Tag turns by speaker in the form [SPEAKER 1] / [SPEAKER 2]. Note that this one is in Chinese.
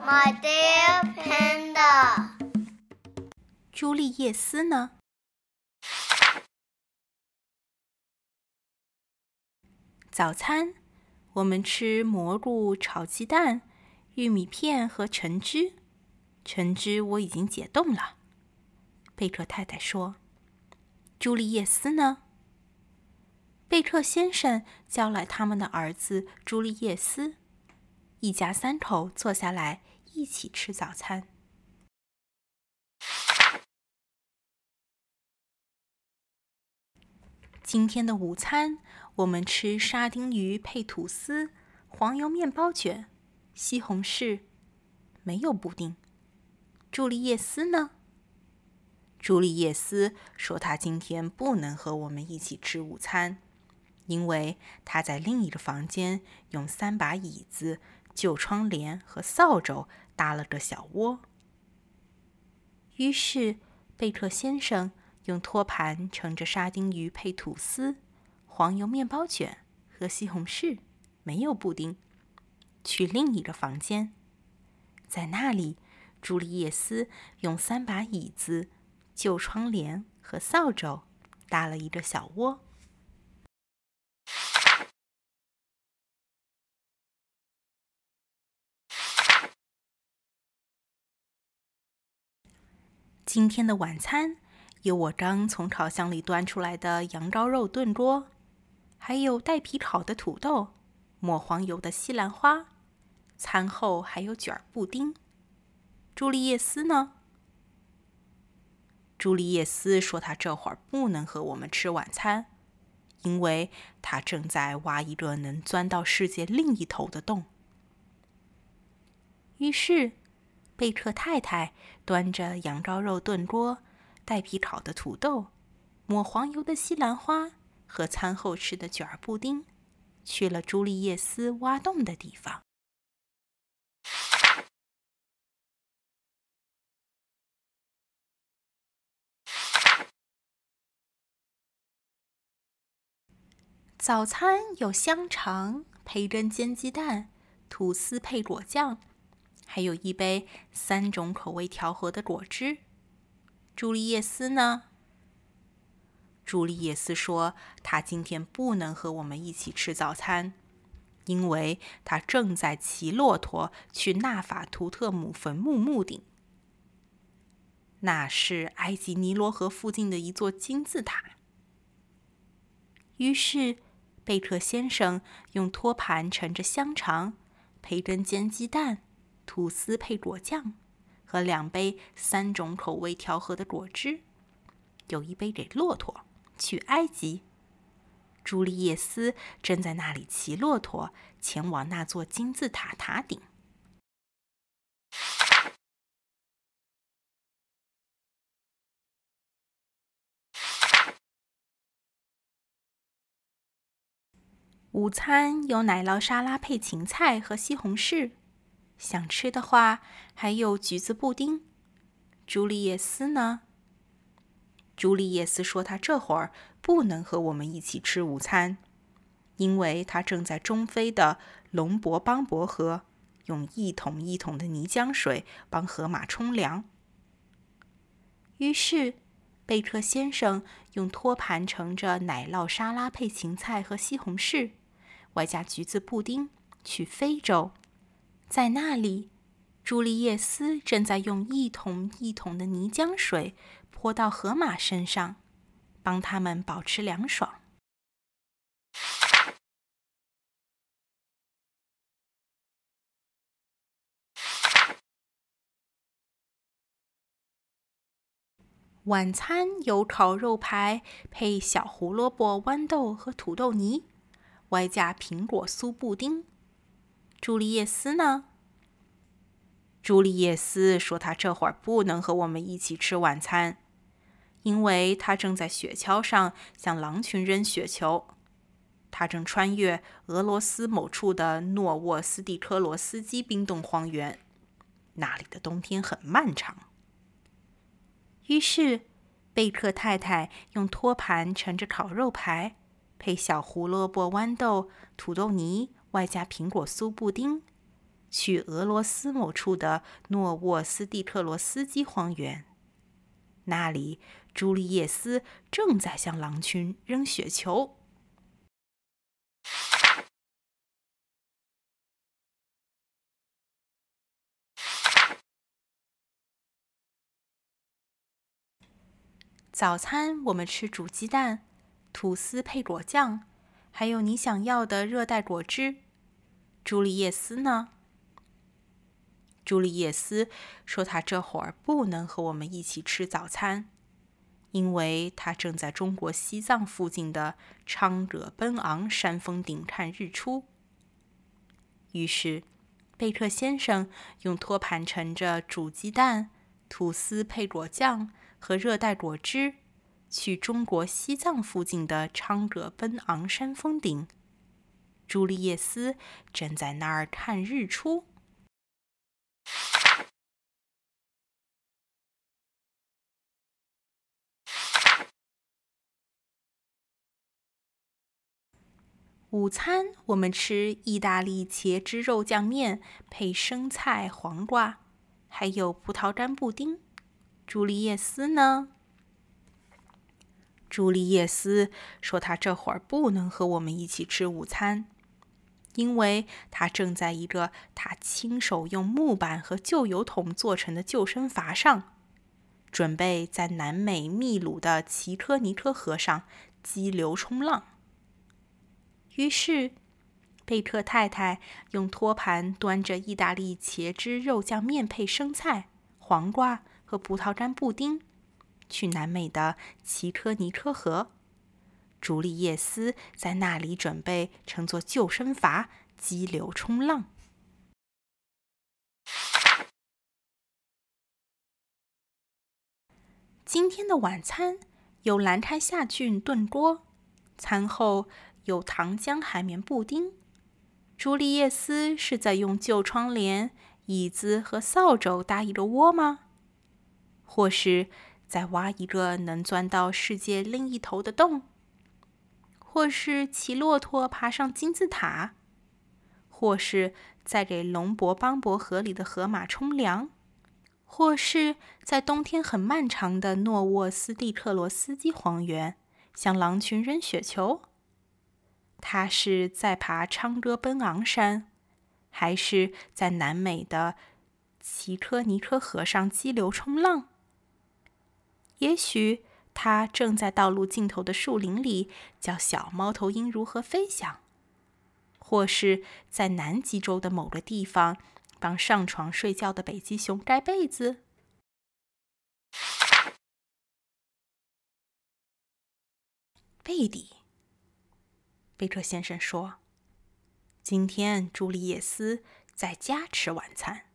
[SPEAKER 1] My dear panda。
[SPEAKER 2] 朱丽叶斯呢？早餐我们吃蘑菇炒鸡蛋、玉米片和橙汁。橙汁我已经解冻了。贝克太太说。朱丽叶斯呢？贝克先生叫来他们的儿子朱丽叶斯，一家三口坐下来一起吃早餐。今天的午餐我们吃沙丁鱼配吐司、黄油面包卷、西红柿，没有布丁。朱丽叶斯呢？朱丽叶斯说她今天不能和我们一起吃午餐，因为她在另一个房间用3把椅子、旧窗帘和扫帚搭了个小窝。于是贝克先生用托盘盛着沙丁鱼配吐司、黄油面包卷和西红柿，没有布丁，去另一个房间。在那里，朱丽叶斯用3把椅子、旧窗帘和扫帚搭了一个小窝。今天的晚餐有我刚从烤箱里端出来的羊羔肉炖锅，还有带皮烤的土豆、抹黄油的西兰花，餐后还有卷布丁。朱丽叶斯呢？朱丽叶斯说她这会儿不能和我们吃晚餐，因为她正在挖一个能钻到世界另一头的洞。于是贝克太太端着羊羔肉炖锅、带皮烤的土豆、抹黄油的西兰花和餐后吃的卷布丁，去了朱丽叶斯挖洞的地方。早餐有香肠、培根煎鸡蛋、吐司配果酱，还有一杯3种口味调和的果汁。朱丽叶斯呢？朱丽叶斯说她今天不能和我们一起吃早餐，因为她正在骑骆驼去纳法图特姆坟墓墓顶。那是埃及尼罗河附近的一座金字塔。于是贝克先生用托盘盛着香肠、培根煎鸡蛋、吐司配果酱和2杯3种口味调和的果汁，有一杯给骆驼，去埃及。朱丽叶斯正在那里骑骆驼前往那座金字塔塔顶。午餐有奶酪沙拉配芹菜和西红柿，想吃的话还有橘子布丁。朱丽叶斯呢？朱丽叶斯说她这会儿不能和我们一起吃午餐，因为她正在中非的龙伯邦伯河用一桶一桶的泥浆水帮河马冲凉。于是贝克先生用托盘盛着奶酪沙拉配芹菜和西红柿，外加橘子布丁，去非洲。在那里，朱丽叶斯正在用一桶一桶的泥浆水泼到河马身上，帮它们保持凉爽。晚餐有烤肉排配小胡萝卜豌豆和土豆泥，外加苹果酥布丁。朱丽叶斯呢？朱丽叶斯说她这会儿不能和我们一起吃晚餐，因为她正在雪橇上向狼群扔雪球。她正穿越俄罗斯某处的诺沃斯蒂科罗斯基冰冻荒原，那里的冬天很漫长。于是贝克太太用托盘盛着烤肉排，配小胡萝卜豌豆、土豆泥，外加苹果酥布丁， 去俄罗斯某处的诺沃斯蒂特罗斯基荒原。那里，朱丽叶斯正在向狼群扔雪球。早餐我们吃煮鸡蛋、吐司配果酱，还有你想要的热带果汁。朱丽叶斯呢？朱丽叶斯说她这会儿不能和我们一起吃早餐，因为她正在中国西藏附近的昌惹奔昂山峰顶看日出。于是，贝特先生用托盘盛着煮鸡蛋、吐司配果酱和热带果汁，去中国西藏附近的昌惹奔昂山峰顶。朱丽叶斯正在那儿看日出。午餐我们吃意大利茄汁肉酱面，配生菜、黄瓜，还有葡萄干布丁。朱丽叶斯呢？朱丽叶斯说她这会儿不能和我们一起吃午餐，因为她正在一个她亲手用木板和旧油桶做成的救生筏上，准备在南美秘鲁的奇科尼科河上激流冲浪。于是，贝特太太用托盘端着意大利茄汁肉酱面配生菜、黄瓜和葡萄干布丁，去南美的奇科尼科河。朱丽叶斯在那里准备乘坐救生筏激流冲浪。今天的晚餐有兰开夏菌炖锅，餐后有糖浆海绵布丁。朱丽叶斯是在用旧窗帘、椅子和扫帚搭一个窝吗？或是在挖一个能钻到世界另一头的洞？或是骑骆驼爬上金字塔？或是在给龙伯邦伯河里的河马冲凉？或是在冬天很漫长的诺沃斯蒂特罗斯基荒原向狼群扔雪球？他是在爬昌戈奔昂山，还是在南美的奇科尼科河上激流冲浪？也许他正在道路尽头的树林里教小猫头鹰如何飞翔，或是在南极洲的某个地方帮上床睡觉的北极熊盖被子。贝蒂，贝特先生说，今天朱丽叶斯在家吃晚餐。